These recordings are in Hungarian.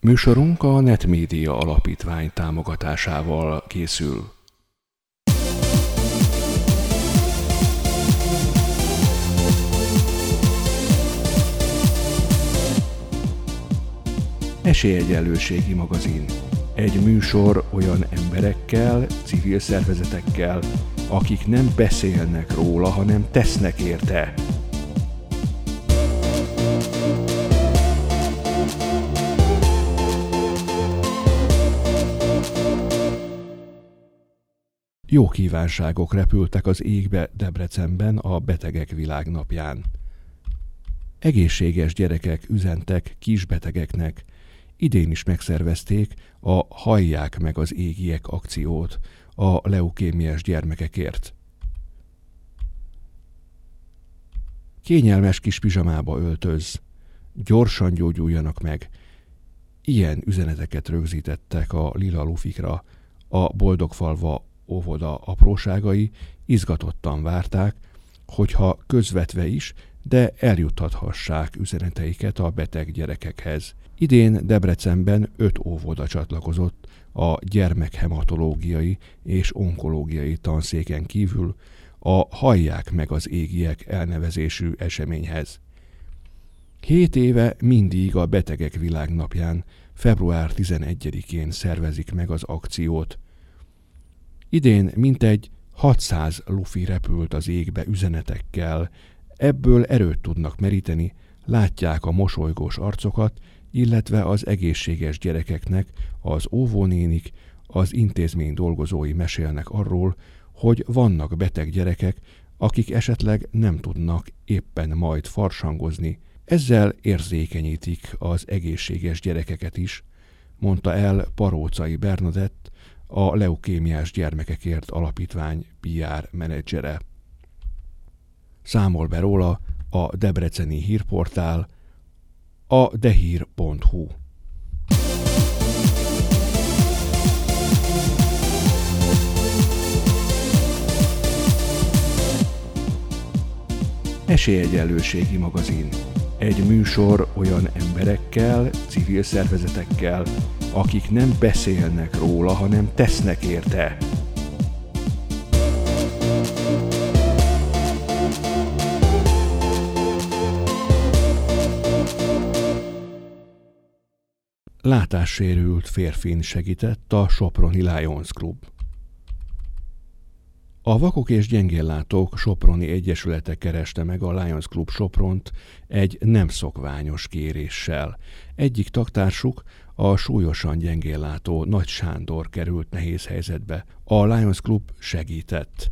Műsorunk a Netmédia Alapítvány támogatásával készül. Esélyegyenlőségi magazin. Egy műsor olyan emberekkel, civil szervezetekkel, akik nem beszélnek róla, hanem tesznek érte. Jó kívánságok repültek az égbe Debrecenben a Betegek Világnapján. Egészséges gyerekek üzentek kisbetegeknek. Idén is megszervezték a Hallják meg az égiek akciót a leukémiás gyermekekért. Kényelmes kis pizsamába öltöz, gyorsan gyógyuljanak meg. Ilyen üzeneteket rögzítettek a lila lufikra. A Boldogfalva óvoda apróságai izgatottan várták, hogyha közvetve is, de eljuttathassák üzeneteiket a beteg gyerekekhez. Idén Debrecenben 5 óvoda csatlakozott a gyermekhematológiai és onkológiai tanszéken kívül a Hallják meg az égiek elnevezésű eseményhez. 7 éve mindig a Betegek Világnapján, február 11-én szervezik meg az akciót. Idén mintegy 600 lufi repült az égbe üzenetekkel, ebből erőt tudnak meríteni, látják a mosolygós arcokat, illetve az egészséges gyerekeknek az óvónénik, az intézmény dolgozói mesélnek arról, hogy vannak beteg gyerekek, akik esetleg nem tudnak éppen majd farsangozni. Ezzel érzékenyítik az egészséges gyerekeket is, mondta el Parócai Bernadett, a Leukémiás Gyermekekért Alapítvány PR menedzsere. Számol be róla a debreceni hírportál, a dehír.hu. Esélyegyenlőségi magazin. Egy műsor olyan emberekkel, civil szervezetekkel, akik nem beszélnek róla, hanem tesznek érte. Látássérült férfin segített a Soproni Lions Club. A Vakok és Gyengéllátók Soproni Egyesülete kereste meg a Lions Club Sopront egy nem szokványos kéréssel. Egyik tagtársuk, a súlyosan gyengéllátó Nagy Sándor került nehéz helyzetbe. A Lions Club segített.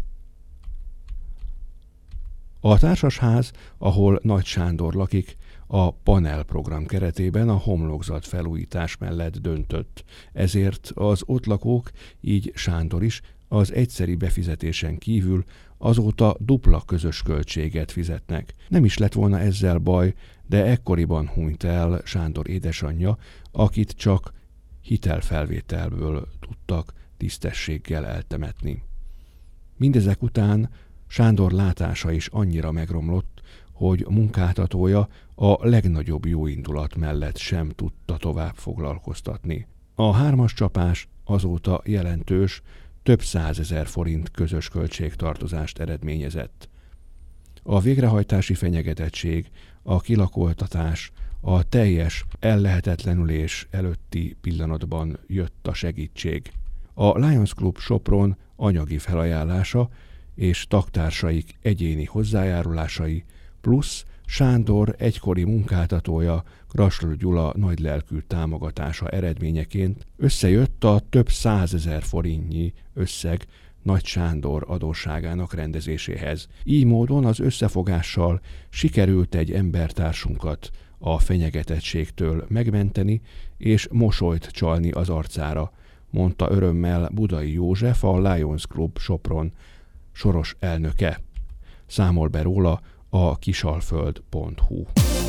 A társasház, ahol Nagy Sándor lakik, a Panel program keretében a homlokzat felújítás mellett döntött. Ezért az ott lakók, így Sándor is, az egyszeri befizetésen kívül azóta dupla közös költséget fizetnek. Nem is lett volna ezzel baj, de ekkoriban hunyt el Sándor édesanyja, akit csak hitelfelvételből tudtak tisztességgel eltemetni. Mindezek után Sándor látása is annyira megromlott, hogy munkáltatója a legnagyobb jóindulat mellett sem tudta tovább foglalkoztatni. A 3-as csapás azóta jelentős, több 100 000 forint közös költségtartozást eredményezett. A végrehajtási fenyegetettség, a kilakoltatás, a teljes ellehetetlenülés előtti pillanatban jött a segítség. A Lions Club Sopron anyagi felajánlása és tagtársaik egyéni hozzájárulásai plusz Sándor egykori munkáltatója, Grasl Gyula nagylelkű támogatása eredményeként összejött a több 100 000 forintnyi összeg Nagy Sándor adósságának rendezéséhez. Így módon az összefogással sikerült egy embertársunkat a fenyegetettségtől megmenteni és mosolyt csalni az arcára, mondta örömmel Budai József, a Lions Club Sopron soros elnöke. Számol be róla a kisalföld.hu.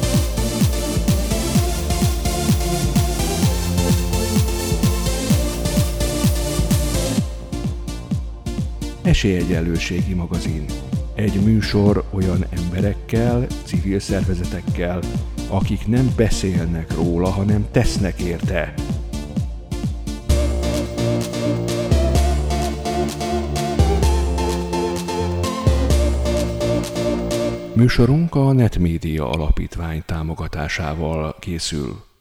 Esélyegyenlőségi magazin. Egy műsor olyan emberekkel, civil szervezetekkel, akik nem beszélnek róla, hanem tesznek érte. Műsorunk a Netmédia Alapítvány támogatásával készül.